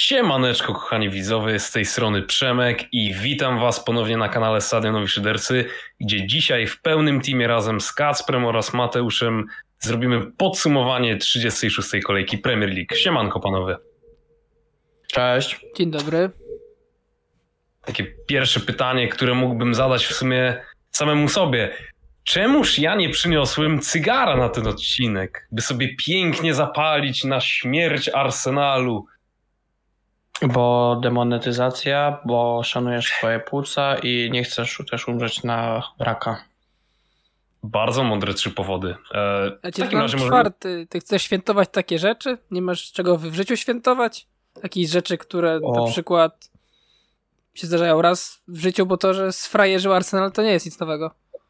Siemaneczko kochani widzowie, z tej strony Przemek i witam was ponownie na kanale Stadionowi Szydercy, gdzie dzisiaj w pełnym teamie razem z Kacprem oraz Mateuszem zrobimy podsumowanie 36. kolejki Premier League. Siemanko panowie. Cześć. Dzień dobry. Takie pierwsze pytanie, które mógłbym zadać w sumie samemu sobie. Czemuż ja nie przyniosłem cygara na ten odcinek, by sobie pięknie zapalić na śmierć Arsenalu? Bo demonetyzacja, bo szanujesz swoje płuca i nie chcesz też umrzeć na raka. Bardzo mądre 3 powody. A cię mam czwarty. Ty chcesz świętować takie rzeczy? Nie masz czego w życiu świętować? Takich rzeczy, które na przykład się zdarzają raz w życiu, bo to, że sfrajerzył Arsenal, to nie jest nic nowego.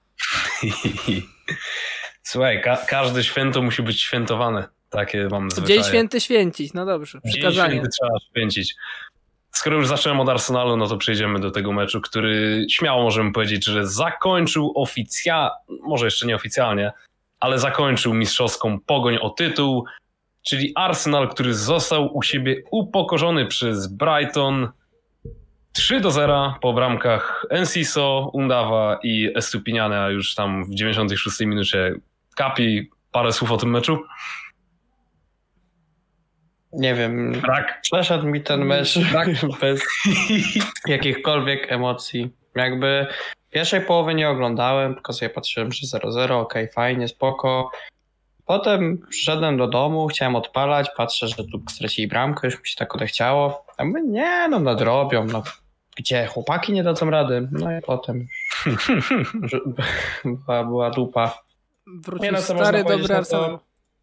Słuchaj, każde święto musi być świętowane. Takie mam zwyczaje. Dzień święty święcić, no dobrze. Przykazanie. Dzień święty trzeba święcić. Skoro już zacząłem od Arsenalu, no to przejdziemy do tego meczu, który śmiało możemy powiedzieć, że zakończył może jeszcze nieoficjalnie, ale zakończył mistrzowską pogoń o tytuł, czyli Arsenal, który został u siebie upokorzony przez Brighton 3-0 po bramkach Enciso, Undawa i Estupiniana, a już tam w 96 minucie Kapi. Parę słów o tym meczu? Nie wiem, przeszedł mi ten mecz bez jakichkolwiek emocji. Jakby pierwszej połowy nie oglądałem, tylko sobie patrzyłem, że 0-0, okej, fajnie, spoko. Potem przyszedłem do domu, chciałem odpalać, patrzę, że tu stracili bramkę, już mi się tak odechciało. A mówię, nie, no nadrobią, no gdzie, chłopaki nie dadzą rady. No i potem była dupa. Wrócił no, stary, dobry Arsenal.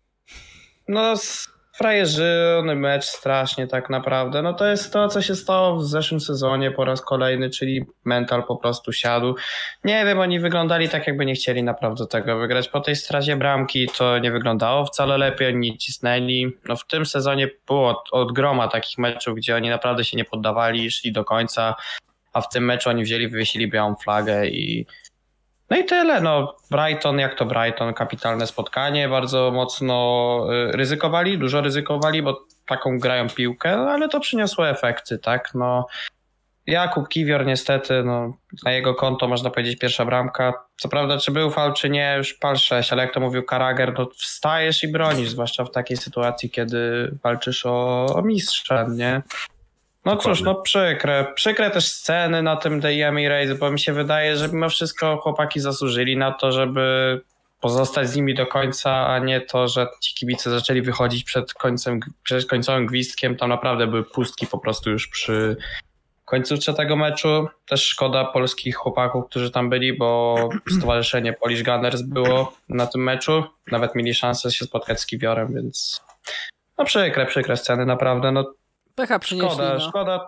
No frajerzyny mecz strasznie tak naprawdę. No to jest to, co się stało w zeszłym sezonie po raz kolejny, czyli mental po prostu siadł. Nie wiem, oni wyglądali tak, jakby nie chcieli naprawdę tego wygrać. Po tej stracie bramki to nie wyglądało wcale lepiej, oni cisnęli. No w tym sezonie było od groma takich meczów, gdzie oni naprawdę się nie poddawali, szli do końca, a w tym meczu oni wywiesili białą flagę i no i tyle, no Brighton, jak to Brighton, kapitalne spotkanie, bardzo mocno ryzykowali, dużo ryzykowali, bo taką grają piłkę, no, ale to przyniosło efekty, tak, no Jakub Kiwior niestety, no na jego konto można powiedzieć pierwsza bramka, co prawda czy był faul czy nie, już pal 6, ale jak to mówił Carragher, no wstajesz i bronisz, zwłaszcza w takiej sytuacji, kiedy walczysz o mistrza, nie? No cóż, no przykre też sceny na tym The Emirates, bo mi się wydaje, że mimo wszystko chłopaki zasłużyli na to, żeby pozostać z nimi do końca, a nie to, że ci kibice zaczęli wychodzić przed końcowym gwizdkiem. Tam naprawdę były pustki po prostu już przy końcówce tego meczu. Też szkoda polskich chłopaków, którzy tam byli, bo stowarzyszenie Polish Gunners było na tym meczu. Nawet mieli szansę się spotkać z Kiwiorem, więc no przykre sceny naprawdę. No pecha przynieśli, szkoda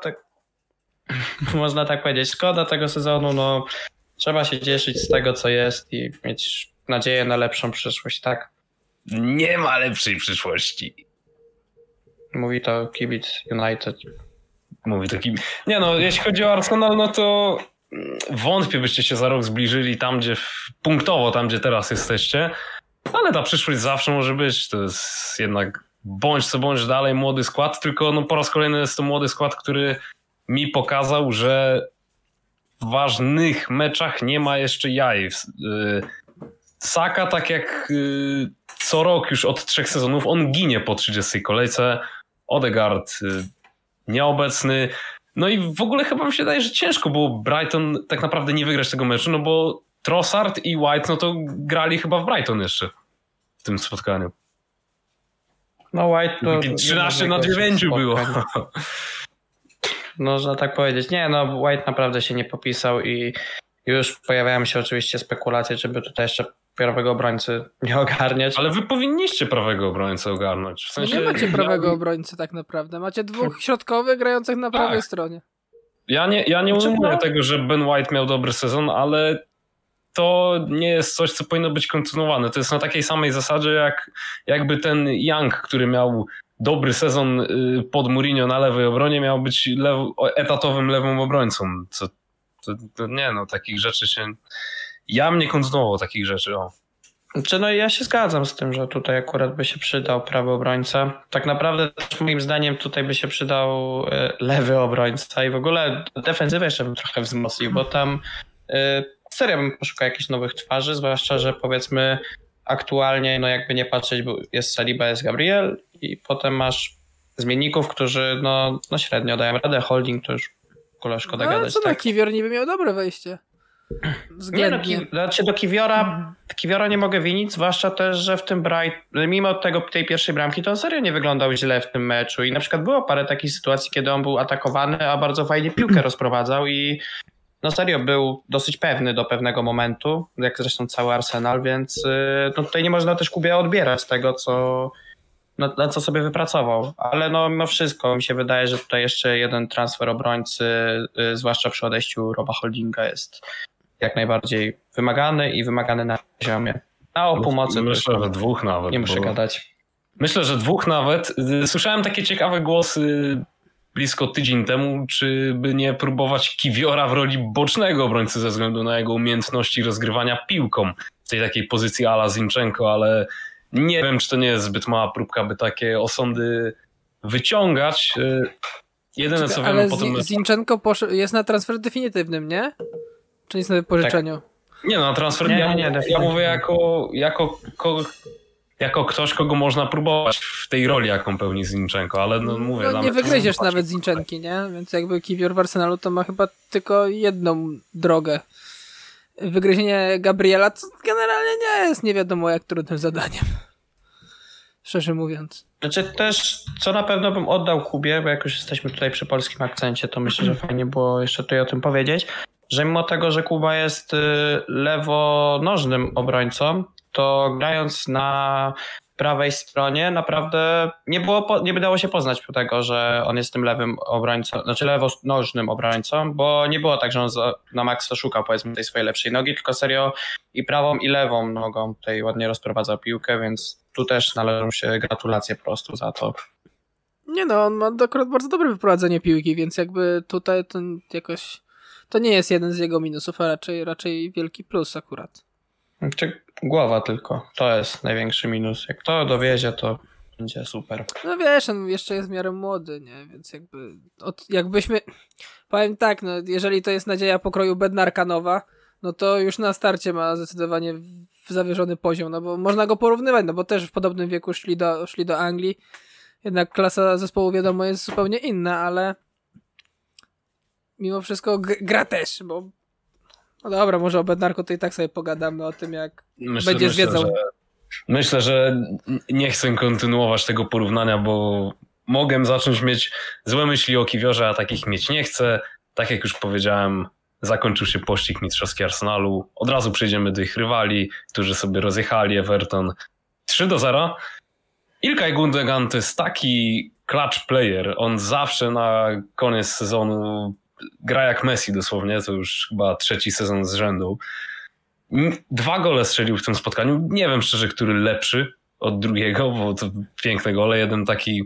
można tak powiedzieć, szkoda tego sezonu, no trzeba się cieszyć z tego, co jest i mieć nadzieję na lepszą przyszłość, tak? Nie ma lepszej przyszłości. Mówi to kibic United. Nie no, jeśli chodzi o Arsenal, no to wątpię, byście się za rok zbliżyli punktowo tam, gdzie teraz jesteście, ale ta przyszłość zawsze może być, to jest jednak bądź co bądź dalej młody skład, tylko no po raz kolejny jest to młody skład, który mi pokazał, że w ważnych meczach nie ma jeszcze jaj. Saka, tak jak co rok już od 3 sezonów, on ginie po 30 kolejce. Odegaard nieobecny. No i w ogóle chyba mi się wydaje, że ciężko było Brighton tak naprawdę nie wygrać tego meczu, no bo Trossard i White no to grali chyba w Brighton jeszcze w tym spotkaniu. No White to 13-9 było. Można tak powiedzieć. Nie, no White naprawdę się nie popisał i już pojawiają się oczywiście spekulacje, żeby tutaj jeszcze prawego obrońcy nie ogarniać. Ale wy powinniście prawego obrońcę ogarnąć. W sensie, nie macie prawego obrońcy tak naprawdę. Macie 2 środkowych grających na prawej stronie. Ja nie mówię tego, że Ben White miał dobry sezon, ale to nie jest coś, co powinno być kontynuowane. To jest na takiej samej zasadzie, jakby ten Young, który miał dobry sezon pod Mourinho na lewej obronie, miał być etatowym lewym obrońcą. To nie, no takich rzeczy się... Ja bym nie kontynuował takich rzeczy, No ja się zgadzam z tym, że tutaj akurat by się przydał prawy obrońca. Tak naprawdę też moim zdaniem tutaj by się przydał lewy obrońca i w ogóle defensywę jeszcze bym trochę wzmocnił, bo tam serio bym poszukał jakichś nowych twarzy, zwłaszcza, że powiedzmy aktualnie, no jakby nie patrzeć, bo jest Saliba, jest Gabriel i potem masz zmienników, którzy no średnio dają radę. Holding to już w ogóle szkoda gadać. Co tak? Kiwior niby miał dobre wejście. Względnie. Znaczy do Kiwiora nie mogę winić, zwłaszcza też, że w tym mimo tej pierwszej bramki to on serio nie wyglądał źle w tym meczu i na przykład było parę takich sytuacji, kiedy on był atakowany, a bardzo fajnie piłkę rozprowadzał i no serio był dosyć pewny do pewnego momentu, jak zresztą cały Arsenal, więc no tutaj nie można też Kubie odbierać tego, na co sobie wypracował, ale no mimo wszystko mi się wydaje, że tutaj jeszcze jeden transfer obrońcy, zwłaszcza przy odejściu Roba Holdinga jest jak najbardziej wymagany na poziomie. A o pomocy myślę, że dwóch nawet. Nie muszę gadać. Myślę, że dwóch nawet. Słyszałem takie ciekawe głosy blisko tydzień temu, czy by nie próbować Kiwiora w roli bocznego obrońcy ze względu na jego umiejętności rozgrywania piłką w tej takiej pozycji a la Zinchenko, ale nie wiem, czy to nie jest zbyt mała próbka, by takie osądy wyciągać. Jedyne co wiem... Ale potem... Zinchenko jest na transfer definitywnym, nie? Czy jest na wypożyczeniu? Tak. Nie, na transfer... Ja mówię jako ktoś, kogo można próbować w tej roli, jaką pełni Zinchenko, ale no mówię... No nie wygryziesz nawet Zinchenki, nie? Więc jakby Kiwior w Arsenalu to ma chyba tylko jedną drogę. Wygryzienie Gabriela to generalnie nie jest nie wiadomo jak trudnym zadaniem. Szczerze mówiąc. Znaczy też, co na pewno bym oddał Kubie, bo jak już jesteśmy tutaj przy polskim akcencie, to myślę, że fajnie było jeszcze tutaj o tym powiedzieć, że mimo tego, że Kuba jest lewonożnym obrońcą, to grając na prawej stronie naprawdę nie dało się poznać tego, że on jest tym lewym obrońcą, znaczy lewonożnym obrońcą, bo nie było tak, że on na maksa szukał powiedzmy tej swojej lepszej nogi, tylko serio i prawą i lewą nogą tutaj ładnie rozprowadzał piłkę, więc tu też należą się gratulacje po prostu za to. Nie no, on ma akurat bardzo dobre wyprowadzenie piłki, więc jakby tutaj to jakoś to nie jest jeden z jego minusów, a raczej wielki plus akurat. Głowa tylko. To jest największy minus. Jak to dowiezie, to będzie super. No wiesz, on jeszcze jest w miarę młody, nie? Więc jakbyśmy... Powiem tak, no jeżeli to jest nadzieja pokroju Bednarka nowa, no to już na starcie ma zdecydowanie zawyżony poziom, no bo można go porównywać, no bo też w podobnym wieku szli do Anglii. Jednak klasa zespołu wiadomo jest zupełnie inna, ale mimo wszystko gra też, bo no dobra, może o Bednarku to i tak sobie pogadamy o tym, jak będziesz wiedzą. Myślę, że nie chcę kontynuować tego porównania, bo mogę zacząć mieć złe myśli o Kiwiorze, a takich mieć nie chcę. Tak jak już powiedziałem, zakończył się pościg mistrzowski Arsenalu. Od razu przejdziemy do ich rywali, którzy sobie rozjechali Everton 3-0. Ilkay Gundogan to jest taki clutch player. On zawsze na koniec sezonu gra jak Messi dosłownie, to już chyba 3. sezon z rzędu. 2 gole strzelił w tym spotkaniu. Nie wiem szczerze, który lepszy od drugiego, bo to piękne gole. Jeden taki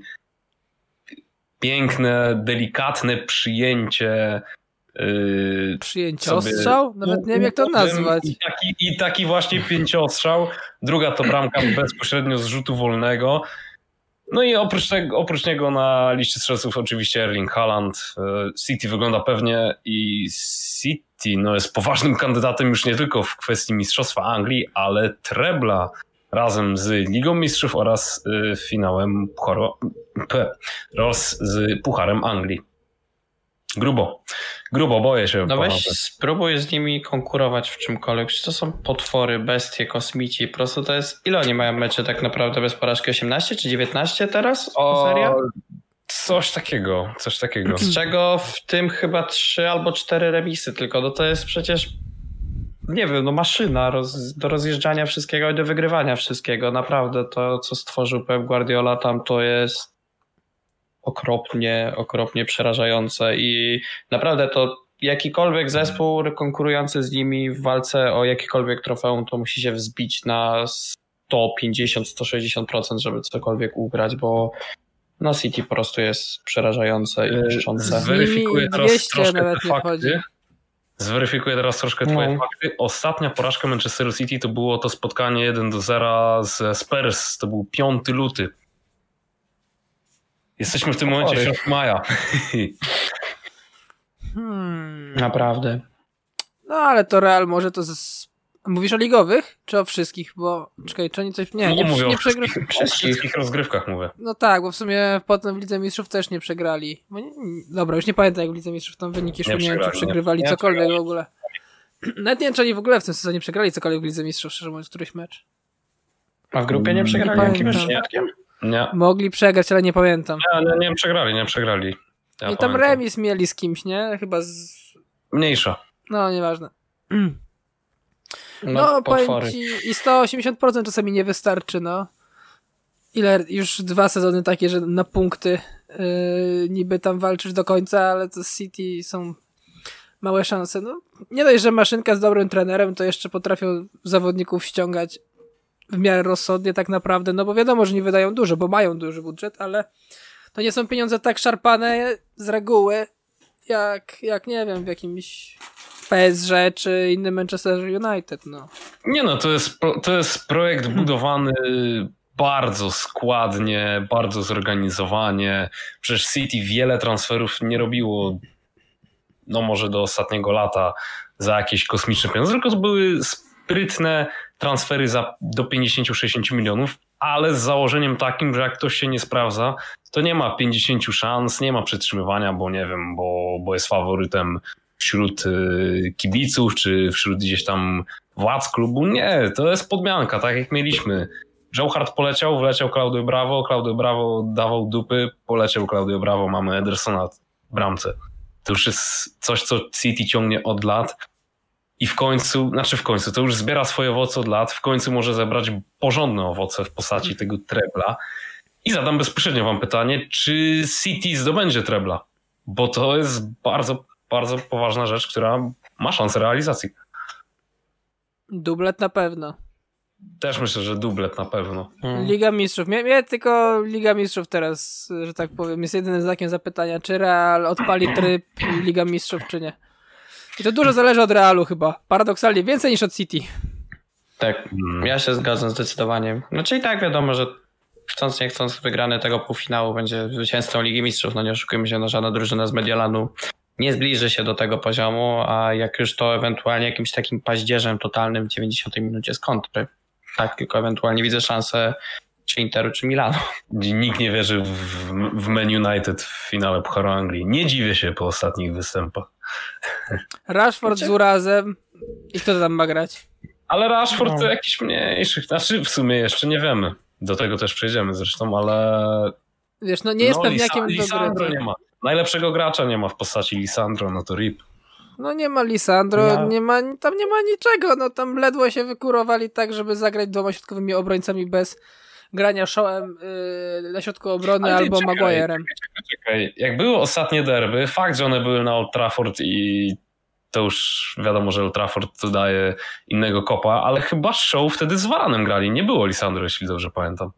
piękne, delikatne przyjęcie. Pięciostrzał? Nawet nie wiem jak to nazwać. I taki właśnie pięciostrzał. Druga to bramka bezpośrednio z rzutu wolnego. No i oprócz niego na liście strzelców oczywiście Erling Haaland. City wygląda pewnie i City no jest poważnym kandydatem już nie tylko w kwestii Mistrzostwa Anglii, ale trebla razem z Ligą Mistrzów oraz finałem z Pucharem Anglii. Grubo, boję się. No weź spróbuj z nimi konkurować w czymkolwiek. Czy to są potwory, bestie, kosmici? Po prostu to jest... Ile oni mają meczy tak naprawdę bez porażki? 18 czy 19 teraz? Seria? Coś takiego. Z czego w tym chyba 3 albo 4 remisy tylko. No to jest przecież... Nie wiem, no maszyna do rozjeżdżania wszystkiego i do wygrywania wszystkiego. Naprawdę to, co stworzył Pep Guardiola tam, to jest okropnie przerażające i naprawdę to jakikolwiek zespół konkurujący z nimi w walce o jakikolwiek trofeum to musi się wzbić na 150-160%, żeby cokolwiek ugrać, bo no City po prostu jest przerażające i niszczące. Zweryfikuję teraz troszkę te fakty. Zweryfikuję teraz troszkę twoje fakty. Ostatnia porażka Manchesteru City to było to spotkanie 1-0 ze Spurs. To był 5 luty. Jesteśmy w tym momencie w środku maja. Naprawdę. No ale to Real może to... Mówisz o ligowych? Czy o wszystkich? Bo czekaj, czy oni coś... Nie o wszystkich rozgrywkach mówię. No tak, bo w sumie potem w Lidze Mistrzów też nie przegrali. Dobra, już nie pamiętam jak w Lidze Mistrzów tam wyniki szły, nie wiem czy przegrywali cokolwiek w ogóle. Nawet nie wiem czy oni w ogóle w tym sezonie przegrali cokolwiek w Lidze Mistrzów, szczerze mówiąc, któryś mecz. A w grupie nie przegrali jakimś przypadkiem? Nie. Mogli przegrać, ale nie pamiętam. Nie przegrali. I tam remis mieli z kimś, nie? Chyba z... Mniejsza. No, nieważne. No powiem ci, i 180% czasami nie wystarczy, no. Ile już 2 sezony takie, że na punkty niby tam walczysz do końca, ale to City są małe szanse. No, nie dość, że maszynka z dobrym trenerem, to jeszcze potrafią zawodników ściągać w miarę rozsądnie tak naprawdę, no bo wiadomo, że nie wydają dużo, bo mają duży budżet, ale to nie są pieniądze tak szarpane z reguły, jak nie wiem, w jakimś PSG czy innym Manchester United, no. Nie no, to jest projekt budowany bardzo składnie, bardzo zorganizowanie. Przecież City wiele transferów nie robiło, no może do ostatniego lata za jakieś kosmiczne pieniądze, tylko to były sprytne transfery do 50-60 milionów, ale z założeniem takim, że jak ktoś się nie sprawdza, to nie ma 50 szans, nie ma przetrzymywania, bo nie wiem, bo jest faworytem wśród kibiców, czy wśród gdzieś tam władz klubu. Nie, to jest podmianka, tak jak mieliśmy. Joe Hart poleciał, wleciał Claudio Bravo dawał dupy, poleciał Claudio Bravo, mamy Edersona w bramce. To już jest coś, co City ciągnie od lat i w końcu, to już zbiera swoje owoce od lat, w końcu może zebrać porządne owoce w postaci tego trebla. I zadam bezpośrednio wam pytanie, czy City zdobędzie trebla? Bo to jest bardzo, bardzo poważna rzecz, która ma szansę realizacji. Dublet na pewno. Też myślę, że dublet na pewno. Liga Mistrzów. Mnie tylko Liga Mistrzów teraz, że tak powiem, jest jedynym znakiem zapytania, czy Real odpali tryb Liga Mistrzów, czy nie. I to dużo zależy od Realu chyba. Paradoksalnie więcej niż od City. Tak, ja się zgadzam zdecydowanie. Znaczy i tak wiadomo, że chcąc nie chcąc wygrany tego półfinału będzie zwycięzcą Ligi Mistrzów. No nie oszukujmy się, no żadna drużyna z Mediolanu nie zbliży się do tego poziomu, a jak już to ewentualnie jakimś takim paździerzem totalnym w 90 minucie z kontry. Tak, tylko ewentualnie widzę szansę czy Interu, czy Milanu. Nikt nie wierzy w Man United w finale Pucharu Anglii. Nie dziwię się po ostatnich występach. Rashford z urazem. I kto tam ma grać? Ale Rashford to jakiś mniejszych. Znaczy w sumie jeszcze nie wiemy. Do tego też przejdziemy zresztą, ale... Wiesz, no nie jest pewniakiem do Lisandro nie ma. Najlepszego gracza nie ma w postaci Lisandro, no to rip. No nie ma Lisandro, tam nie ma niczego, no tam ledwo się wykurowali tak, żeby zagrać 2 środkowymi obrońcami bez grania Shawem na środku obrony albo Maguire'em. Czekaj. Jak były ostatnie derby, fakt, że one były na Old Trafford i to już wiadomo, że Old Trafford to daje innego kopa, ale chyba Shaw wtedy z Varanem grali, nie było Lisandro, jeśli dobrze pamiętam.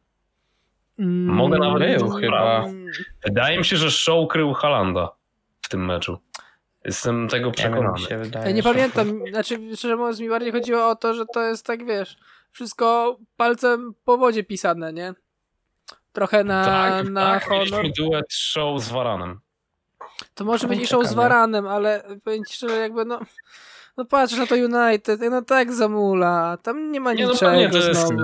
Mogę nawet chyba. Wydaje mi się, że Shaw krył Haalanda w tym meczu. Jestem tego przekonany. Ja nie pamiętam, znaczy szczerze mówiąc mi bardziej chodziło o to, że to jest tak, wiesz, wszystko palcem po wodzie pisane, nie? Trochę na honor. Mieliśmy duet Shaw z Varanem. To może być i Shaw z Varanem, ale powiem ci szczerze, jakby no patrz na to United, no tak zamula, tam nie ma niczego. No to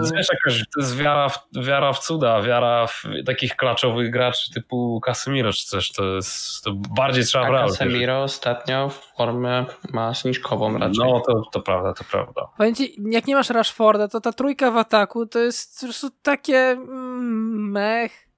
jest wiara w cuda, wiara w takich klaczowych graczy typu Casemiro czy coś, to bardziej trzeba brać. Casemiro ostatnio formę ma zniżkową raczej. No to prawda, to prawda. Powiem ci, jak nie masz Rashforda, to ta trójka w ataku to jest po prostu takie mech.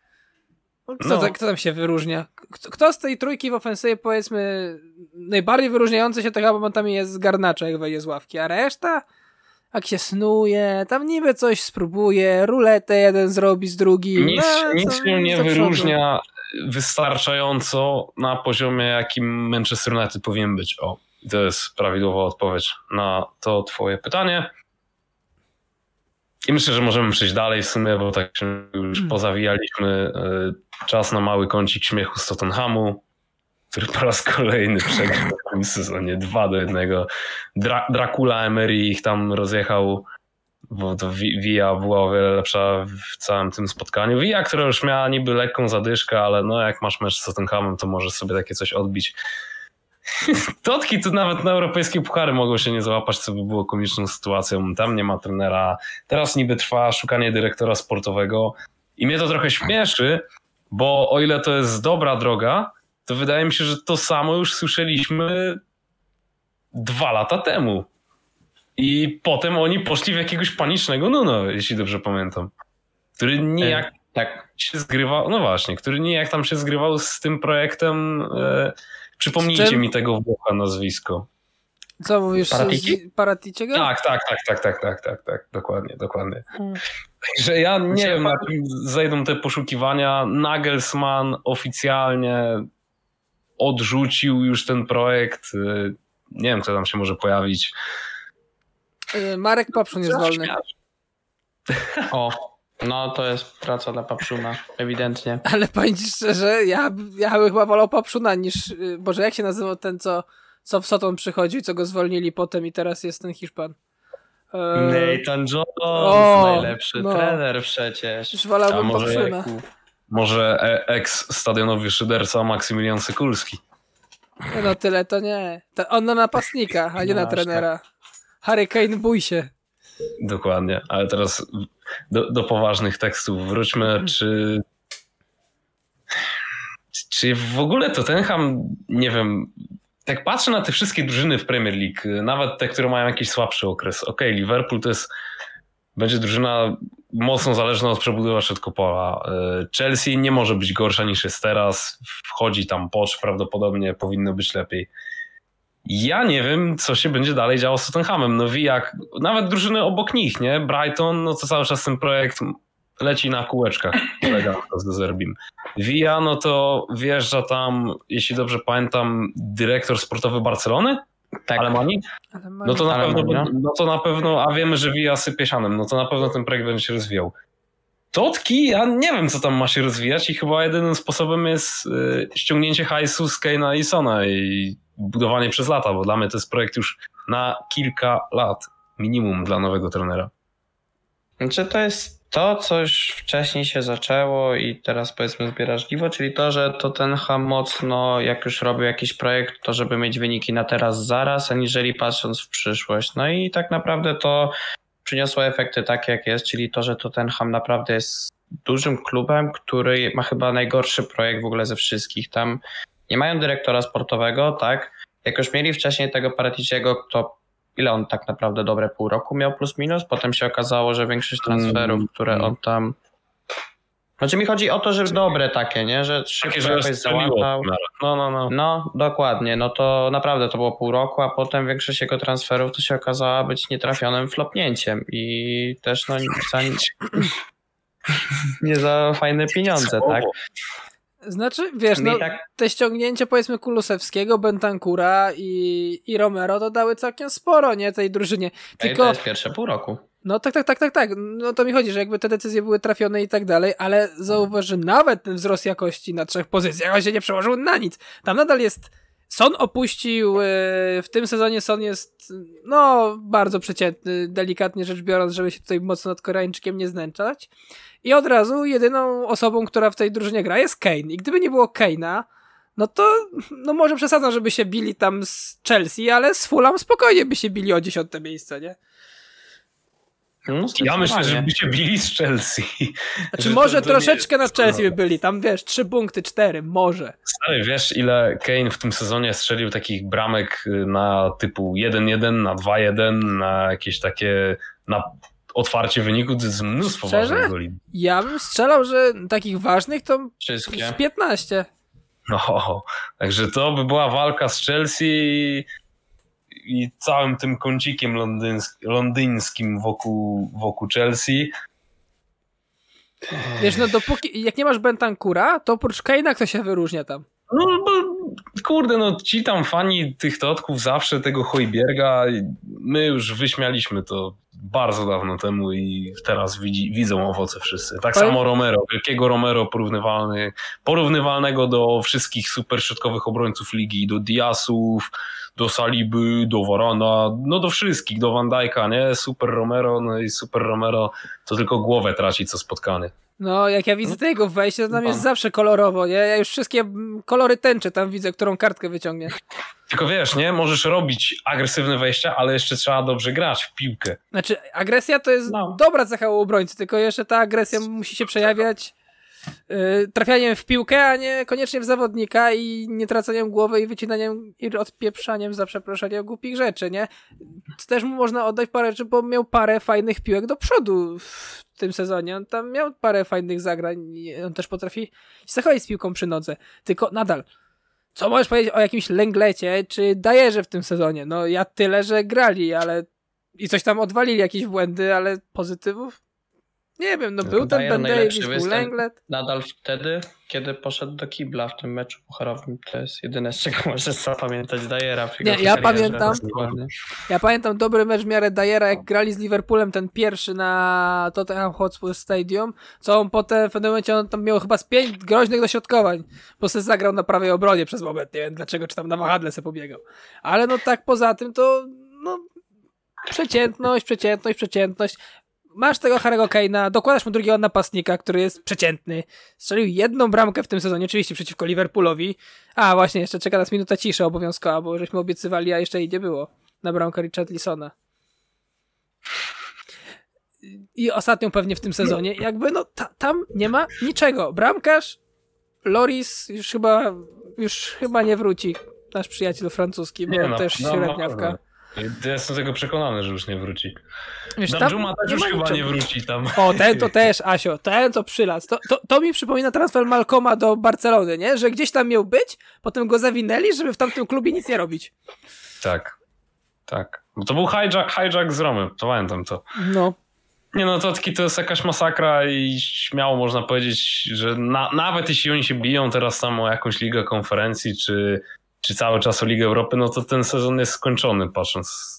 Kto tam się wyróżnia? Kto z tej trójki w ofensywie, powiedzmy, najbardziej wyróżniający się to chyba momentami jest Garnacho, jak wejdzie z ławki, a reszta jak się snuje, tam niby coś spróbuje, ruletę jeden zrobi z drugim. Nic się nie wyróżnia wystarczająco na poziomie, jakim Manchester United powinien być. To jest prawidłowa odpowiedź na to twoje pytanie. I myślę, że możemy przejść dalej w sumie, bo tak się już pozawijaliśmy. Czas na mały kącik śmiechu z Tottenhamu. który po raz kolejny przegrał w tym sezonie 2-1. Dracula Emery ich tam rozjechał, bo to Villa była o wiele lepsza w całym tym spotkaniu. Villa, która już miała niby lekką zadyszkę, ale no jak masz mecz z Tottenhamem, to możesz sobie takie coś odbić. Totki tu nawet na europejskie puchary mogą się nie załapać, co by było komiczną sytuacją. Tam nie ma trenera. Teraz niby trwa szukanie dyrektora sportowego i mnie to trochę śmieszy, bo o ile to jest dobra droga, to wydaje mi się, że to samo już słyszeliśmy 2 lata temu. I potem oni poszli w jakiegoś panicznego Nuno, jeśli dobrze pamiętam. Który nijak się zgrywał, no właśnie, który nijak tam się zgrywał z tym projektem. Przypomnijcie mi tego Włocha nazwisko. Co mówisz? Paraticiego? Tak. Dokładnie. Także ja nie wiem, na czym zejdą te poszukiwania. Nagelsmann oficjalnie odrzucił już ten projekt. Nie wiem, kto tam się może pojawić. Marek Papszun jest wolny. O, no to jest praca dla Papszuna, ewidentnie. Ale powiem ci szczerze, ja bym chyba wolał Papszuna niż... Boże, jak się nazywał ten, co w Soton przychodził, co go zwolnili potem i teraz jest ten Hiszpan? Nathan Jones, najlepszy trener przecież. Już wolałbym Papszuna. Może ex-stadionowy szyderca Maksymilian Sykulski. No tyle to nie. On na napastnika, a nie na trenera. Tak. Harry Kane, bój się. Dokładnie, ale teraz do poważnych tekstów wróćmy. Czy w ogóle Tottenham, nie wiem, tak patrzę na te wszystkie drużyny w Premier League, nawet te, które mają jakiś słabszy okres. Okej, Liverpool to będzie drużyna mocno zależna od przebudowy środkopola. Chelsea nie może być gorsza niż jest teraz. Wchodzi tam Poch, prawdopodobnie powinno być lepiej. Ja nie wiem, co się będzie dalej działo z Tottenhamem. No jak nawet drużyny obok nich, nie? Brighton, no to cały czas ten projekt leci na kółeczkach z Zerbim. Villa, no to wjeżdża tam, jeśli dobrze pamiętam, dyrektor sportowy Barcelony? Tak. Alemanii? No to na pewno, a wiemy, że Villa sypie sianem, no to na pewno ten projekt będzie się rozwijał. Totki, ja nie wiem, co tam ma się rozwijać i chyba jedynym sposobem jest ściągnięcie hajsu z Kane'a i Sona i budowanie przez lata, bo dla mnie to jest projekt już na kilka lat minimum dla nowego trenera. Znaczy to jest to, co już wcześniej się zaczęło i teraz powiedzmy zbiera żniwo, czyli to, że Tottenham mocno, jak już robił jakiś projekt, to żeby mieć wyniki na teraz zaraz, aniżeli patrząc w przyszłość. No i tak naprawdę to przyniosło efekty takie, jak jest, czyli to, że Tottenham naprawdę jest dużym klubem, który ma chyba najgorszy projekt w ogóle ze wszystkich. Tam nie mają dyrektora sportowego, tak? Jak już mieli wcześniej tego Paraticiego, to ile on tak naprawdę dobre pół roku miał plus minus? Potem się okazało, że większość transferów, które on tam... Znaczy mi chodzi o to, że dobre takie, nie? Że szybko jakoś załatał. No, dokładnie. No to naprawdę to było pół roku, a potem większość jego transferów to się okazała być nietrafionym flopnięciem i też no nie za fajne pieniądze, tak? Znaczy, wiesz, no te ściągnięcia powiedzmy Kulusewskiego, Bentancura i Romero to dały całkiem sporo, nie, tej drużynie. Tylko to jest pierwsze pół roku. No tak. No to mi chodzi, że jakby te decyzje były trafione i tak dalej, ale zauważ, że nawet ten wzrost jakości na 3 pozycjach on się nie przełożył na nic. Tam nadal jest... Son opuścił, w tym sezonie Son jest no bardzo przeciętny, delikatnie rzecz biorąc, żeby się tutaj mocno nad Koreańczykiem nie znęczać. I od razu jedyną osobą, która w tej drużynie gra jest Kane. I gdyby nie było Kane'a, no to no może przesadzam, żeby się bili tam z Chelsea, ale z Fulham spokojnie by się bili o 10. miejsce, nie? No, ja myślę, że by się bili z Chelsea. Znaczy może troszeczkę na Chelsea by byli. Tam wiesz, 3 punkty, 4, może. Stary, wiesz ile Kane w tym sezonie strzelił takich bramek na typu 1-1, na 2-1, na jakieś takie, na otwarcie wyniku, to jest mnóstwo ważnych goli. Ja bym strzelał, że takich ważnych to wszystkie. 15. No, także to by była walka z Chelsea i całym tym kącikiem londyńskim wokół Chelsea. Wiesz, no dopóki, jak nie masz Bentancura, to oprócz Kane'a kto się wyróżnia tam? No bo kurde, no ci tam fani tych Totków zawsze tego Hojbjerga, my już wyśmialiśmy to bardzo dawno temu i teraz widzą owoce wszyscy. Tak samo Romero, wielkiego Romero porównywalnego do wszystkich super środkowych obrońców ligi, do Diasów, do Saliby, do Varana, no do wszystkich, do Van Dijk'a, nie? Super Romero, no i Super Romero to tylko głowę traci co spotkany. No, jak ja widzę tego wejścia, to tam jest zawsze kolorowo, nie? Ja już wszystkie kolory tęczę tam widzę, którą kartkę wyciągnie. Tylko wiesz, nie? Możesz robić agresywne wejścia, ale jeszcze trzeba dobrze grać w piłkę. Znaczy, agresja to jest dobra cecha u obrońcy, tylko jeszcze ta agresja musi się przejawiać trafianiem w piłkę, a nie koniecznie w zawodnika i nie traceniem głowy i wycinaniem i odpieprzaniem za przeproszeniem głupich rzeczy, nie? Też mu można oddać parę rzeczy, bo miał parę fajnych piłek do przodu w tym sezonie. On tam miał parę fajnych zagrań i on też potrafi zachować z piłką przy nodze. Tylko nadal, co możesz powiedzieć o jakimś Lenglecie czy Dyerze w tym sezonie? No ja tyle, że grali, ale i coś tam odwalili, jakieś błędy, ale pozytywów? Nie wiem, no był ten Ben Davies, był Lenglet. Nadal wtedy, kiedy poszedł do kibla w tym meczu pucharowym. To jest jedyne, z czego możesz zapamiętać Dyera. Nie, ja pamiętam dobry mecz w miarę Dyera, jak grali z Liverpoolem ten pierwszy na Tottenham Hotspur Stadium, co on potem w pewnym momencie on tam miał chyba z 5 groźnych dośrodkowań, bo se zagrał na prawej obronie przez moment, nie wiem dlaczego, czy tam na wahadle se pobiegał. Ale no tak poza tym to no przeciętność. Masz tego Harry'ego Kane'a, dokładasz mu drugiego napastnika, który jest przeciętny. Strzelił 1 bramkę w tym sezonie, oczywiście przeciwko Liverpoolowi. A właśnie, jeszcze czeka nas minuta ciszy obowiązkowa, bo żeśmy obiecywali, a jeszcze jej nie było. Na bramkę Richarlisona. I ostatnią pewnie w tym sezonie. Jakby no tam nie ma niczego. Bramkarz Loris już chyba nie wróci. Nasz przyjaciel francuski, bo też średniawka. Ja jestem tego przekonany, że już nie wróci. Wiesz, Danjuma też już chyba nie wróci tam. O, ten to też, Asio, ten to przylazł. To mi przypomina transfer Malcoma do Barcelony, nie? Że gdzieś tam miał być, potem go zawinęli, żeby w tamtym klubie nic nie robić. Tak. Bo to był hijack z Romy, to pamiętam to. No. Nie no, to jest jakaś masakra i śmiało można powiedzieć, że nawet jeśli oni się biją teraz tam o jakąś ligę konferencji, czy cały czas o Ligę Europy, no to ten sezon jest skończony, patrząc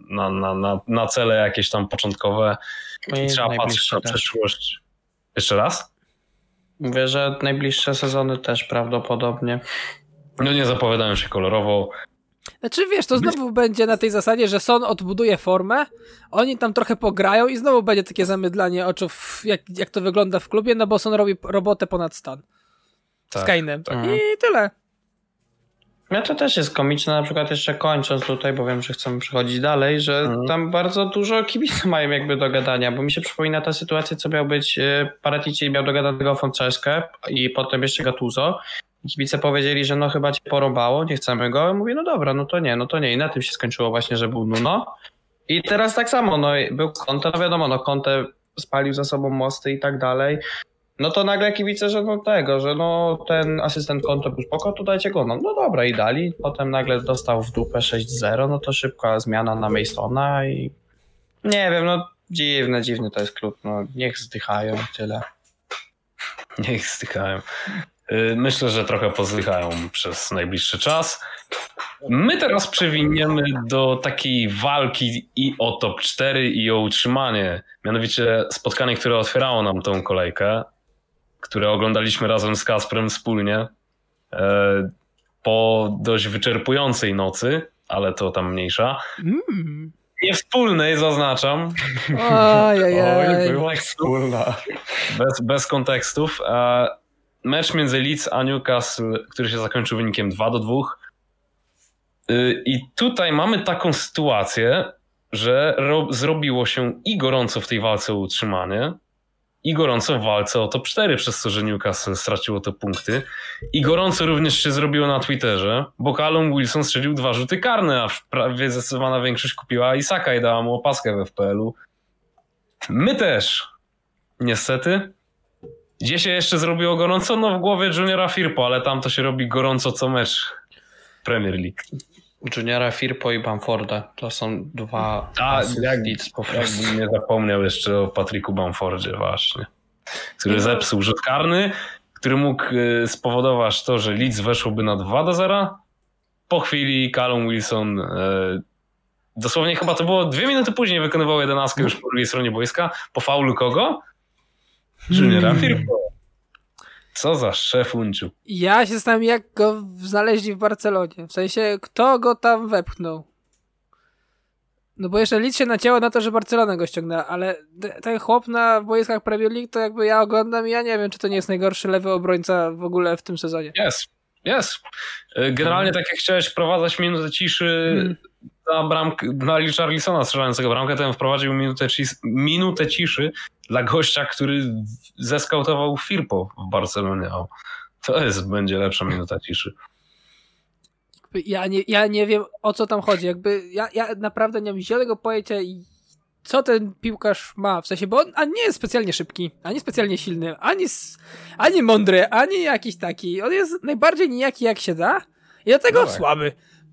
na cele jakieś tam początkowe. I trzeba patrzeć na przyszłość. Jeszcze raz? Mówię, że najbliższe sezony też prawdopodobnie. No nie zapowiadają się kolorowo. Znaczy wiesz, to znowu będzie na tej zasadzie, że Son odbuduje formę, oni tam trochę pograją i znowu będzie takie zamydlanie oczów, jak to wygląda w klubie, no bo Son robi robotę ponad stan. Z Kane'em. Tak. I tyle. Ja to też jest komiczne, na przykład jeszcze kończąc tutaj, bo wiem, że chcemy przechodzić dalej, że tam bardzo dużo kibiców mają jakby do gadania, bo mi się przypomina ta sytuacja, co miał być Paratici miał do gadanego Franceskę i potem jeszcze Gattuso. I kibice powiedzieli, że no chyba cię porąbało, nie chcemy go. I mówię, no dobra, no to nie. I na tym się skończyło właśnie, że był Nuno. I teraz tak samo, no był Conte, no wiadomo, no Conte spalił za sobą mosty i tak dalej. No to nagle kibice, że ten asystent Conte był spoko, to dajcie go. No dobra i dali. Potem nagle dostał w dupę 6-0, no to szybka zmiana na Masona i nie wiem, no dziwny to jest klub. No niech zdychają i tyle. Niech zdychają. Myślę, że trochę pozdychają przez najbliższy czas. My teraz przewiniemy do takiej walki i o top 4 i o utrzymanie. Mianowicie spotkanie, które otwierało nam tą kolejkę, które oglądaliśmy razem z Kasprem wspólnie po dość wyczerpującej nocy, ale to tam mniejsza. Nie wspólnej, zaznaczam. Oj, była wspólna. Bez kontekstów. Mecz między Leeds a Newcastle, który się zakończył wynikiem 2-2. I tutaj mamy taką sytuację, że zrobiło się i gorąco w tej walce o utrzymanie, i gorąco w walce o top 4, przez to, że Newcastle straciło te punkty. I gorąco również się zrobiło na Twitterze, bo Callum Wilson strzelił 2 rzuty karne, a prawie zdecydowana większość kupiła Isaka i dała mu opaskę w FPL-u. My też. Niestety. Gdzie się jeszcze zrobiło gorąco? No w głowie Juniora Firpo, ale tam to się robi gorąco co mecz Premier League. Juniora Firpo i Bamforda. To są 2 jakbym nie zapomniał jeszcze o Patricku Bamfordzie właśnie, który zepsuł rzut karny, który mógł spowodować to, że Leeds weszłoby na 2-0. Po chwili Callum Wilson dosłownie chyba to było 2 minuty później wykonywał 11 już po drugiej stronie boiska. Po faulu kogo? Juniora Firpo. Co za szef unciu. Ja się zastanawiam, jak go znaleźli w Barcelonie. W sensie, kto go tam wepchnął. No bo jeszcze Leeds się nacięło na to, że Barcelona go ściągnęła, ale ten chłop na boiskach Premier League to jakby ja oglądam i ja nie wiem, czy to nie jest najgorszy lewy obrońca w ogóle w tym sezonie. Jest. Generalnie tak jak chciałeś wprowadzać minutę ciszy na bramkę, na Richarlisona strzelającego bramkę, to on wprowadził minutę ciszy dla gościa, który zeskautował Firpo w Barcelonie. O, to będzie lepsza minuta ciszy. Ja nie wiem, o co tam chodzi. Jakby ja naprawdę nie mam zielonego pojęcia, co ten piłkarz ma. W sensie, bo on nie jest specjalnie szybki, ani specjalnie silny, ani mądry, ani jakiś taki. On jest najbardziej nijaki jak się da i do tego słaby.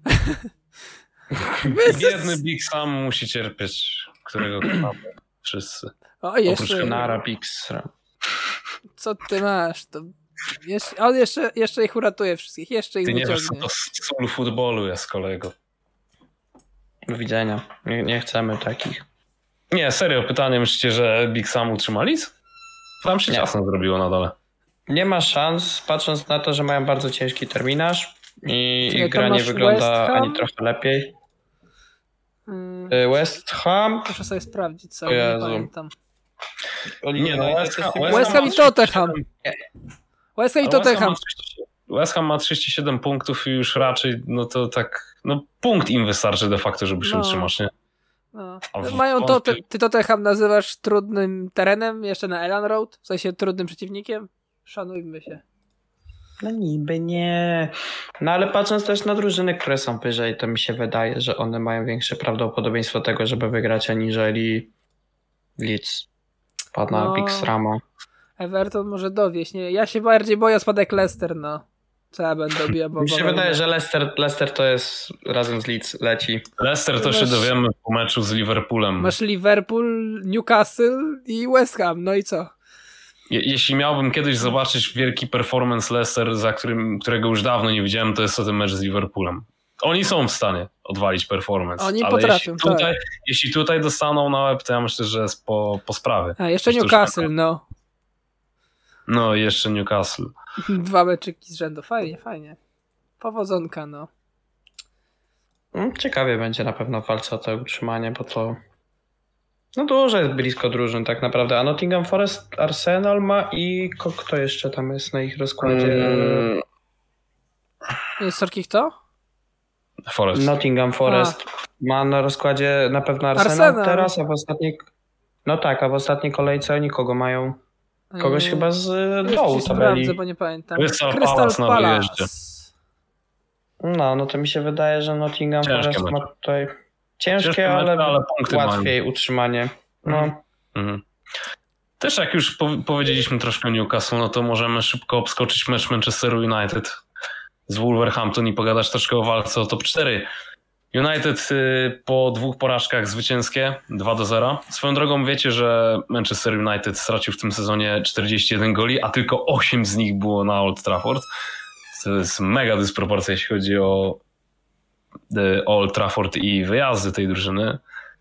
Biedny Big Sam musi cierpieć, którego kochamy wszyscy. O, jeszcze. Oprócz Kanara Big Sam. Co ty masz? To on jeszcze ich uratuje wszystkich, jeszcze ich Ty wyciągnie. nie wiesz, co to sól futbolu jest, kolego. Do widzenia. Nie chcemy takich. Nie, serio, pytanie, myślicie, że Big Sam utrzyma Leeds? Tam się ciasno zrobiło na dole. Nie ma szans, patrząc na to, że mają bardzo ciężki terminarz i Czekaj, gra nie wygląda West Ham? ani trochę lepiej. West Ham? Muszę sobie sprawdzić, co O nie Jezu. pamiętam. Nie, no West Ham i Tottenham. West Ham i Tottenham. West Ham ma 37 punktów i już raczej, no to tak, no punkt im wystarczy de facto, żeby się utrzymać, nie? No. A Mają ty Tottenham nazywasz trudnym terenem, jeszcze na Elland Road, w sensie trudnym przeciwnikiem? Szanujmy się. No niby nie. No ale patrząc też na drużyny, które są wyżej, to mi się wydaje, że one mają większe prawdopodobieństwo tego, żeby wygrać, aniżeli Leeds. Pana Big Sama. Everton może dowieść, nie? Ja się bardziej boję o spadek Leicester, no. Co ja będę objawał? Mi się wydaje, że Leicester to jest razem z Leeds leci. Leicester to się dowiemy po meczu z Liverpoolem. Masz Liverpool, Newcastle i West Ham, no i co? Jeśli miałbym kiedyś zobaczyć wielki performance Leicester, którego już dawno nie widziałem, to jest to ten mecz z Liverpoolem. Oni są w stanie odwalić performance. Oni ale potrafią, jeśli tutaj dostaną na łeb, to ja myślę, że jest po sprawie. A jeszcze Newcastle, no. No i jeszcze Newcastle. 2 meczyki z rzędu, fajnie. Powodzonka, no. Ciekawie będzie na pewno w walce o to utrzymanie, bo to no dużo jest blisko drużyn tak naprawdę. A Nottingham Forest Arsenal ma i kto jeszcze tam jest na ich rozkładzie? Jest Sorki kto? Forest. Nottingham Forest ma na rozkładzie na pewno Arsenal teraz, a w ostatniej w ostatniej kolejce oni kogo mają? Kogoś chyba z dołu tabeli. Sprawdzę, bo nie pamiętam. Crystal Palace. No to mi się wydaje, że Nottingham Forest ma tutaj ciężkie, ale łatwiej utrzymanie. No. Też jak już powiedzieliśmy troszkę o Newcastle, no to możemy szybko obskoczyć mecz Manchesteru United z Wolverhampton i pogadać troszkę o walce o top 4. United po 2 porażkach zwycięskie 2-0. Swoją drogą wiecie, że Manchester United stracił w tym sezonie 41 goli, a tylko 8 z nich było na Old Trafford. To jest mega dysproporcja, jeśli chodzi o Old Trafford i wyjazdy tej drużyny.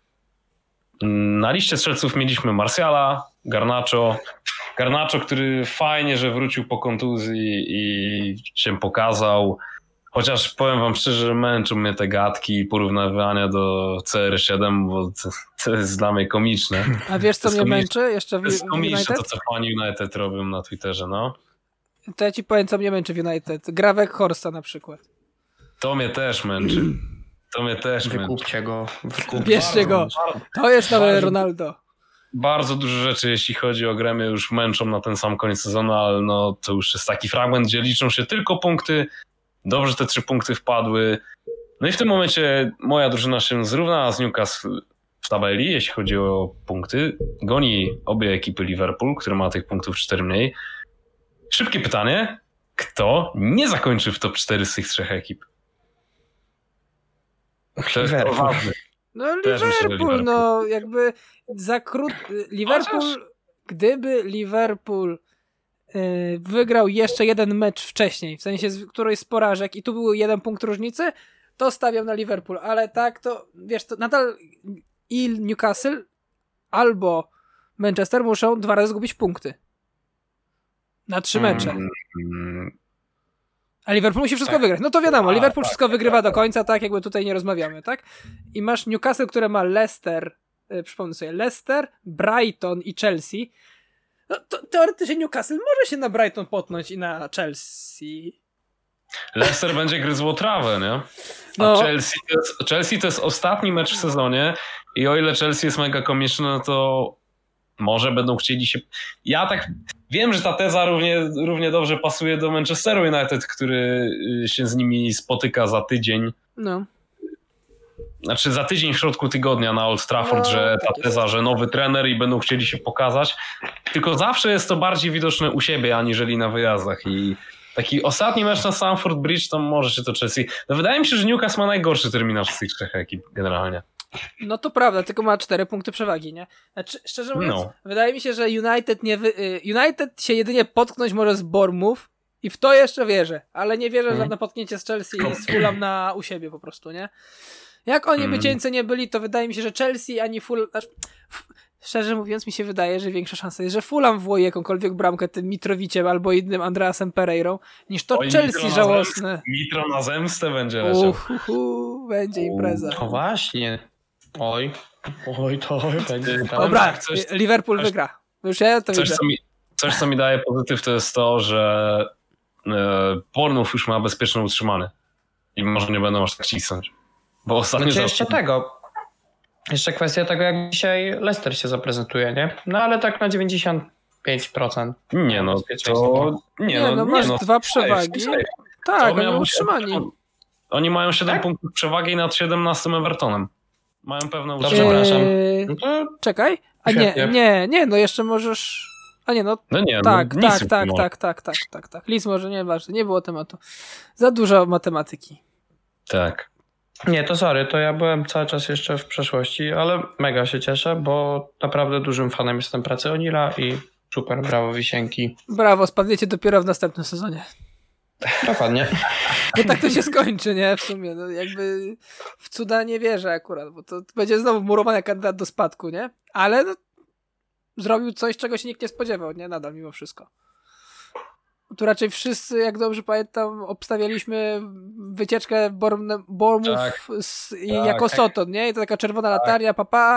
Na liście strzelców mieliśmy Martiala, Garnacho, który fajnie, że wrócił po kontuzji i się pokazał. Chociaż powiem wam szczerze, że męczą mnie te gadki i porównywania do CR7, bo to jest dla mnie komiczne. A wiesz, co mnie męczy jeszcze w United? To jest komiczne to, co fani United robią na Twitterze, no. To ja ci powiem, co mnie męczy w United. Gra Weghorsta na przykład. To mnie też męczy. Wykupcie go. Bierzcie go. To jest nowy Ronaldo. Bardzo dużo rzeczy, jeśli chodzi o grę, mnie już męczą na ten sam koniec sezonu, ale no to już jest taki fragment, gdzie liczą się tylko punkty. Dobrze te 3 punkty wpadły. No i w tym momencie moja drużyna się zrównała z Newcastle w tabeli, jeśli chodzi o punkty. Goni obie ekipy Liverpool, który ma tych punktów 4 mniej. Szybkie pytanie. Kto nie zakończy w top 4 z tych 3 ekip? To jest ważne. No Liverpool, no jakby Liverpool, gdyby Liverpool wygrał jeszcze jeden mecz wcześniej, w sensie którejś z porażek i tu był 1 punkt różnicy, to stawiam na Liverpool, ale tak to, wiesz, to nadal i Newcastle albo Manchester muszą 2 razy zgubić punkty. Na 3 mecze. A Liverpool musi wszystko wygrać. No to wiadomo, Liverpool wszystko wygrywa do końca, tak jakby tutaj nie rozmawiamy, tak? I masz Newcastle, które ma Leicester, przypomnę sobie, Leicester, Brighton i Chelsea. No to teoretycznie Newcastle może się na Brighton potnąć i na Chelsea. Leicester będzie gryzło trawę, nie? A No. Chelsea to jest ostatni mecz w sezonie i o ile Chelsea jest mega komiczny, no to może będą chcieli się... Ja tak wiem, że ta teza równie dobrze pasuje do Manchesteru United, który się z nimi spotyka za tydzień. No. Znaczy za tydzień w środku tygodnia na Old Trafford, że ta teza, że nowy trener i będą chcieli się pokazać. Tylko zawsze jest to bardziej widoczne u siebie, aniżeli na wyjazdach. I taki ostatni mecz na Stamford Bridge to może się to Chelsea... No wydaje mi się, że Newcastle ma najgorszy terminarz z tych 3 ekip generalnie. No to prawda, tylko ma 4 punkty przewagi, nie? Znaczy, szczerze mówiąc, wydaje mi się, że United się jedynie potknąć może z Bournemouth i w to jeszcze wierzę, ale nie wierzę, że na potknięcie z Chelsea i z Fulham u siebie po prostu, nie? Jak oni by cieńce nie byli, to wydaje mi się, że Chelsea ani Fulham... Szczerze mówiąc, mi się wydaje, że większa szansa jest, że Fulham włoje jakąkolwiek bramkę tym Mitroviciem albo innym Andreasem Pereirą, niż to Chelsea żałosne. Mitro na zemstę będzie leciał. Będzie impreza. No właśnie. Oj, to będzie. Dobra, Liverpool wygra. Już ja to widzę. Coś, co mi daje pozytyw, to jest to, że Bournemouth już ma bezpieczne utrzymanie. I może nie będą aż tak cisnąć. Bo ostatnio... Jeszcze kwestia tego, jak dzisiaj Leicester się zaprezentuje, nie? No ale tak na 95%. Nie no, to... masz 2 przewagi. Tak, oni utrzymani. Oni mają 7 punktów przewagi nad 17 Evertonem. Mają pewne utrzymanie. Przepraszam. Czekaj. A nie, no jeszcze możesz... A nie, no tak. Leeds może, nieważne, nie było tematu. Za dużo matematyki. Tak. Nie, to sorry, to ja byłem cały czas jeszcze w przeszłości, ale mega się cieszę, bo naprawdę dużym fanem jestem pracy O'Neilla i super, brawo Wisienki. Brawo, spadniecie dopiero w następnym sezonie. Dokładnie. Bo tak to się skończy, nie? W sumie, no jakby w cuda nie wierzę akurat, bo to będzie znowu murowany kandydat do spadku, nie? Ale no, zrobił coś, czego się nikt nie spodziewał, nie? Nadal mimo wszystko. Tu wszyscy, jak dobrze pamiętam, obstawialiśmy wycieczkę Bournemouth jako Soton, nie? I to taka czerwona latarnia,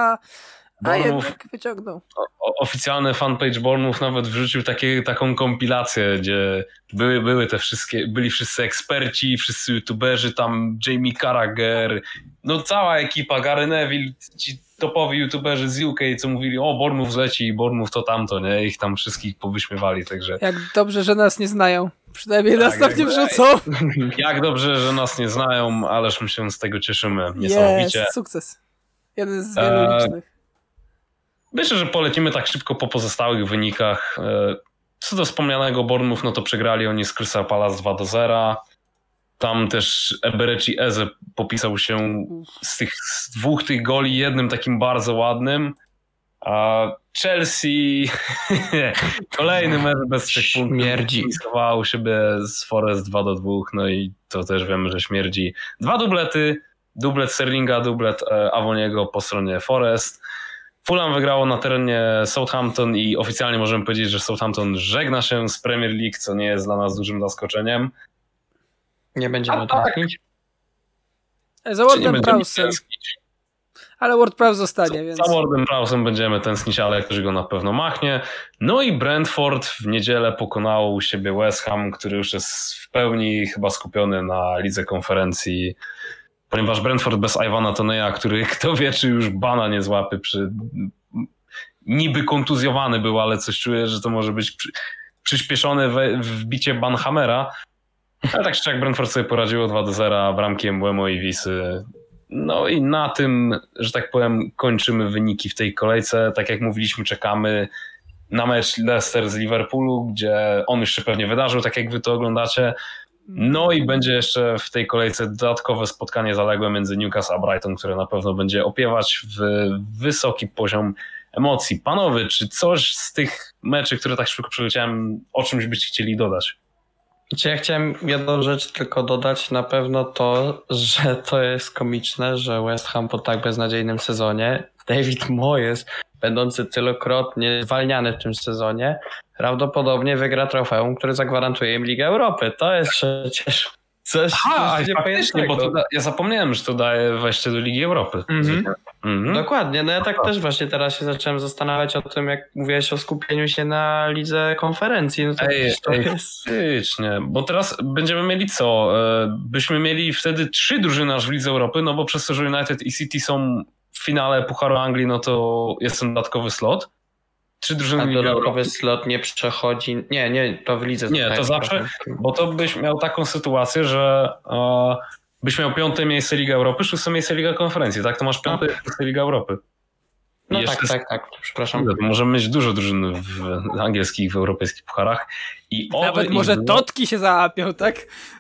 a jednak wyciągnął. Oficjalny fanpage Bournemouth nawet wrzucił taką kompilację, gdzie byli wszyscy eksperci, wszyscy youtuberzy, tam Jamie Carragher, no cała ekipa, Gary Neville, ci topowi youtuberzy z UK, co mówili, o Bournemouth zleci, Bournemouth to tamto, nie? Ich tam wszystkich powyśmiewali, także... Jak dobrze, że nas nie znają. Przynajmniej nas tam nie wrzucą. Jak dobrze, że nas nie znają, ależ my się z tego cieszymy niesamowicie. Jest, sukces. Jeden z wielu licznych. Myślę, że polecimy tak szybko po pozostałych wynikach. Co do wspomnianego Bournemouth, no to przegrali oni z Crystal Palace 2-0. Tam też Eberechi Eze popisał się z 2 tych goli jednym takim bardzo ładnym. A Chelsea kolejny mecz bez tych punktów. Śmierdzi. Schował siebie z Forest 2-2, no i to też wiemy, że śmierdzi. 2 dublety, dublet Sterlinga, dublet Awoniego po stronie Forest. Fulham wygrało na terenie Southampton i oficjalnie możemy powiedzieć, że Southampton żegna się z Premier League, co nie jest dla nas dużym zaskoczeniem. Nie będziemy tęsknić. Za Wardem Prowsem. Ale Ward-Prowse zostanie, więc... Za Wardem Prowsem będziemy tęsknić, ale ktoś go na pewno machnie. No i Brentford w niedzielę pokonało u siebie West Ham, który już jest w pełni chyba skupiony na Lidze Konferencji, ponieważ Brentford bez Ivana Toneya, który kto wie, czy już bana nie złapie niby kontuzjowany był, ale coś czuję, że to może być przyspieszone wbicie Banhamera. Ale tak czy jak Brentford sobie poradziło 2-0 bramki Mbeumo i Wisy. No i na tym, że tak powiem, kończymy wyniki w tej kolejce. Tak jak mówiliśmy, czekamy na mecz Leicester z Liverpoolu, gdzie on już się pewnie wydarzył, tak jak wy to oglądacie. No i będzie jeszcze w tej kolejce dodatkowe spotkanie zaległe między Newcastle a Brighton, które na pewno będzie opiewać w wysoki poziom emocji. Panowie, czy coś z tych meczy, które tak szybko przeleciałem, o czymś byście chcieli dodać? Ja chciałem jedną rzecz tylko dodać, na pewno to, że to jest komiczne, że West Ham po tak beznadziejnym sezonie, David Moyes, będący tylokrotnie zwalniany w tym sezonie, prawdopodobnie wygra trofeum, które zagwarantuje im Ligę Europy. To jest przecież coś faktycznie, bo ja zapomniałem, że to daje wejście do Ligi Europy. Dokładnie, no ja tak też właśnie teraz się zacząłem zastanawiać o tym, jak mówiłeś o skupieniu się na lidze konferencji. No to faktycznie, bo teraz będziemy mieli co? Byśmy mieli wtedy 3 drużyny aż w Lidze Europy, no bo przez to, że United i City są w finale Pucharu Anglii, no to jest ten dodatkowy slot. 3 drużyny Ligi dodatkowy Europy. slot nie przechodzi. Nie, to w lidze. Nie, to zawsze, bo to byś miał taką sytuację, że byś miał 5. miejsce Liga Europy, 6. miejsce Liga Konferencji, tak? To masz 5. miejsce Liga Europy. No tak, przepraszam. To możemy mieć dużo drużyn w angielskich, w europejskich pucharach. I nawet może Totki się załapią, tak?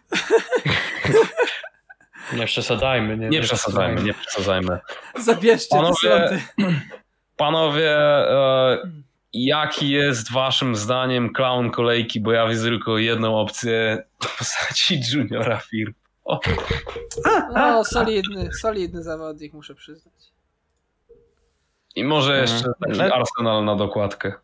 Nie przesadzajmy. Nie przesadzajmy. Zabierzcie te sloty. Panowie, jaki jest waszym zdaniem clown kolejki, bo ja widzę tylko jedną opcję w postaci Juniora Firpo. No, solidny zawodnik, muszę przyznać. I może jeszcze taki Arsenal na dokładkę.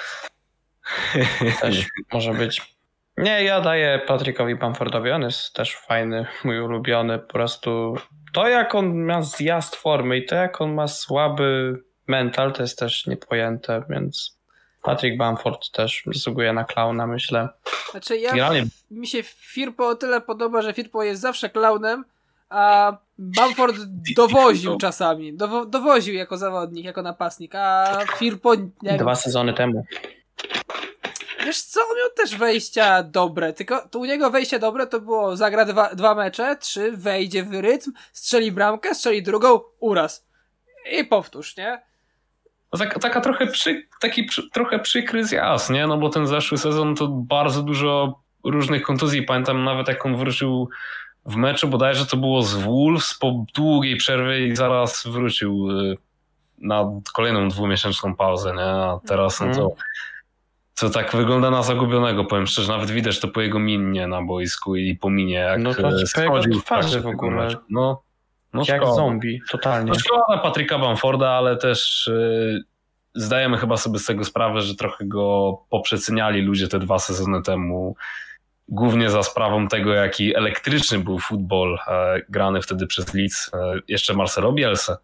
Też może być. Nie, ja daję Patrickowi Bamfordowi, on jest też fajny, mój ulubiony, po prostu to jak on ma zjazd formy i to jak on ma słaby mental, to jest też niepojęte, więc Patrick Bamford też zasługuje na klauna, myślę. Znaczy mi się Firpo o tyle podoba, że Firpo jest zawsze klaunem, a Bamford dowoził czasami, dowoził jako zawodnik, jako napastnik, a Firpo... 2 sezony temu. Wiesz co, on miał też wejścia dobre, tylko to u niego wejście dobre to było zagra 2 mecze, 3, wejdzie w rytm, strzeli bramkę, strzeli drugą, uraz. I powtórz, nie? Taka trochę przykry zjazd, nie? No bo ten zeszły sezon to bardzo dużo różnych kontuzji. Pamiętam nawet jak on wrócił w meczu, bodajże to było z Wolves po długiej przerwie i zaraz wrócił na kolejną 2-miesięczną pauzę, nie? A teraz no to tak wygląda na zagubionego, powiem szczerze, nawet widać to po jego minie na boisku i po minie, jak no to schodził w twarzy w ogóle. No jak szkoda. Zombie, totalnie. No szkoda Patryka Bamforda, ale też zdajemy chyba sobie z tego sprawę, że trochę go poprzeceniali ludzie te 2 sezony temu, głównie za sprawą tego, jaki elektryczny był futbol grany wtedy przez Leeds, jeszcze Marcelo Bielsa.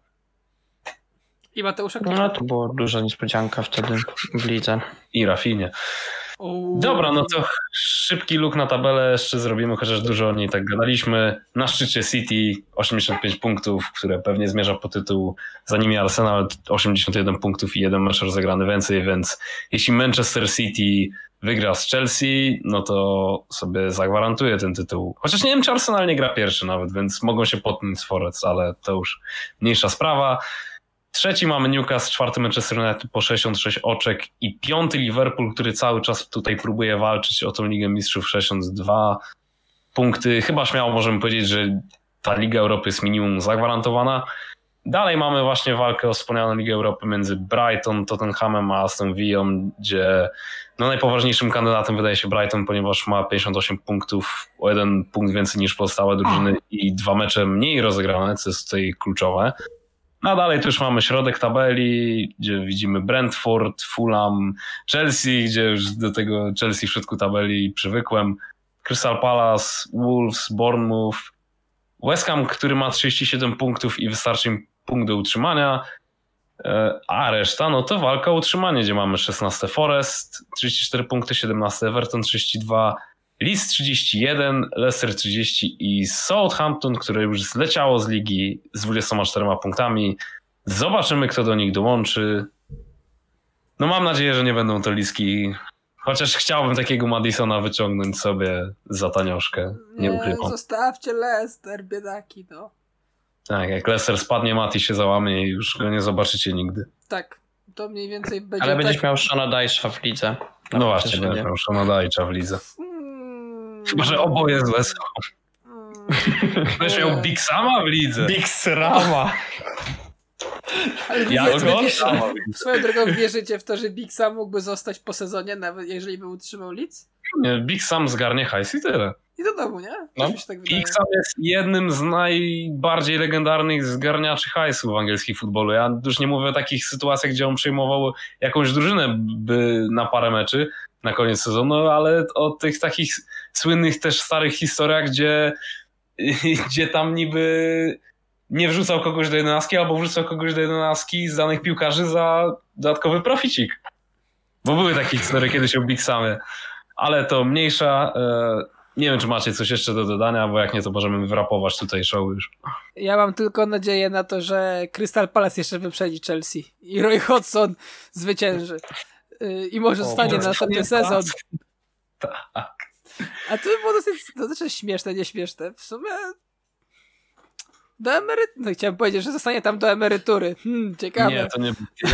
I Mateusza No to była duża niespodzianka wtedy w lidze. I Rafinie. Dobra, no to szybki look na tabelę jeszcze zrobimy, chociaż dużo o niej tak gadaliśmy. Na szczycie City 85 punktów, które pewnie zmierza po tytuł. Za nimi Arsenal 81 punktów i 1 mecz rozegrany więcej, więc jeśli Manchester City wygra z Chelsea, no to sobie zagwarantuje ten tytuł. Chociaż nie wiem, czy Arsenal nie gra pierwszy nawet, więc mogą się potknąć z Forest, ale to już mniejsza sprawa. 3 mamy Newcastle, 4 Manchester United po 66 oczek i 5 Liverpool, który cały czas tutaj próbuje walczyć o tą Ligę Mistrzów, 62 punkty. Chyba śmiało możemy powiedzieć, że ta Liga Europy jest minimum zagwarantowana. Dalej mamy właśnie walkę o wspomnianą Ligę Europy między Brighton, Tottenhamem a Aston Villą, gdzie najpoważniejszym kandydatem wydaje się Brighton, ponieważ ma 58 punktów, o 1 punkt więcej niż pozostałe drużyny i 2 mecze mniej rozegrane, co jest tutaj kluczowe. No dalej tu już mamy środek tabeli, gdzie widzimy Brentford, Fulham, Chelsea, gdzie już do tego Chelsea w środku tabeli przywykłem, Crystal Palace, Wolves, Bournemouth, West Ham, który ma 37 punktów i wystarczy im punkt do utrzymania, a reszta no to walka o utrzymanie, gdzie mamy 16 Forest, 34 punkty, 17 Everton, 32 Leeds 31, Leicester 30 i Southampton, które już zleciało z ligi z 24 punktami. Zobaczymy, kto do nich dołączy. No mam nadzieję, że nie będą to Liski. Chociaż chciałbym takiego Madisona wyciągnąć sobie za tanioszkę. Nie ukrywam. Zostawcie Leicester, biedaki, no. Tak, jak Leicester spadnie, Mati się załamie i już go nie zobaczycie nigdy. Tak, to mniej więcej będzie. Ale będziesz miał Shona Dyche'a w lidze. No właśnie, będę miał Shona Dyche'a w lidze. Chyba, że oboje złe są. Będziesz miał Big Sama w lidze. Big Sama. Swoją drogą wierzycie w to, że Big Sam mógłby zostać po sezonie, nawet jeżeli by utrzymał Leeds? Nie, Big Sam zgarnie hajs i tyle. I do domu, nie? No. Tak Big Sam jest jednym z najbardziej legendarnych zgarniaczy hajsu w angielskim futbolu. Ja już nie mówię o takich sytuacjach, gdzie on przejmował jakąś drużynę na parę meczy na koniec sezonu, ale o tych takich słynnych też starych historiach, gdzie tam niby nie wrzucał kogoś do 11 albo wrzucał kogoś do 11 z danych piłkarzy za dodatkowy proficik. Bo były takie historie kiedyś o Big Samie. Ale to mniejsza. Nie wiem, czy macie coś jeszcze do dodania, bo jak nie, to możemy wrapować tutaj show już. Ja mam tylko nadzieję na to, że Crystal Palace jeszcze wyprzedzi Chelsea i Roy Hodgson zwycięży. I może zostanie na następny sezon. Tak. A to by było dosyć śmieszne, nieśmieszne. W sumie do no chciałem powiedzieć, że zostanie tam do emerytury. Ciekawe. Nie, to nie.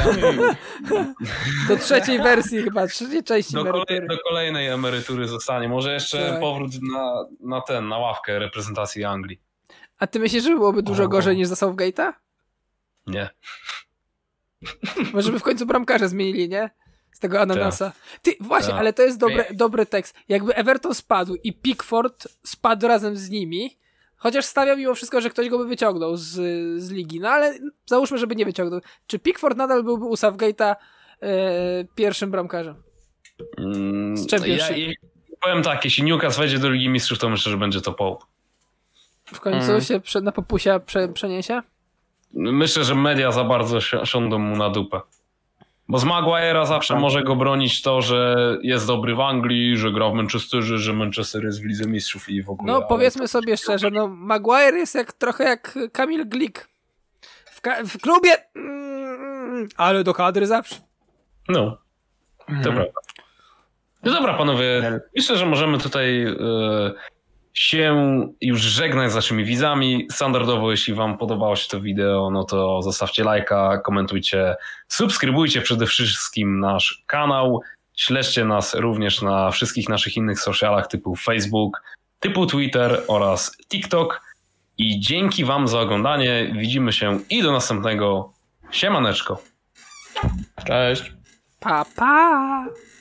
Do trzeciej wersji chyba, trzeciej części emerytury. Do kolejnej emerytury zostanie. Może jeszcze tak. Powrót na ławkę reprezentacji Anglii. A ty myślisz, że byłoby dużo gorzej niż za Southgate'a? Nie. Może by w końcu bramkarze zmienili, nie? Z tego ananasa. Ty, właśnie, ale to jest dobry tekst. Jakby Everton spadł i Pickford spadł razem z nimi, chociaż stawiam mimo wszystko, że ktoś go by wyciągnął z ligi. No ale załóżmy, żeby nie wyciągnął. Czy Pickford nadal byłby u Southgate'a pierwszym bramkarzem? Z Championship. Powiem tak, jeśli Newcastle wejdzie do Ligi Mistrzów, to myślę, że będzie to Pope. W końcu się na popusia przeniesie? Myślę, że media za bardzo siądą mu na dupę. Bo z Maguire'a zawsze może go bronić to, że jest dobry w Anglii, że gra w Manchesterze, że Manchester jest w Lidze Mistrzów i w ogóle. No powiedzmy sobie szczerze, no Maguire jest trochę jak Kamil Glik. W klubie, ale do kadry zawsze. No, to prawda. No dobra, panowie, myślę, że możemy tutaj się już żegnać z naszymi widzami. Standardowo, jeśli wam podobało się to wideo, no to zostawcie lajka, komentujcie, subskrybujcie przede wszystkim nasz kanał, śledźcie nas również na wszystkich naszych innych socialach typu Facebook, typu Twitter oraz TikTok i dzięki wam za oglądanie, widzimy się i do następnego. Siemaneczko. Cześć. Pa, pa.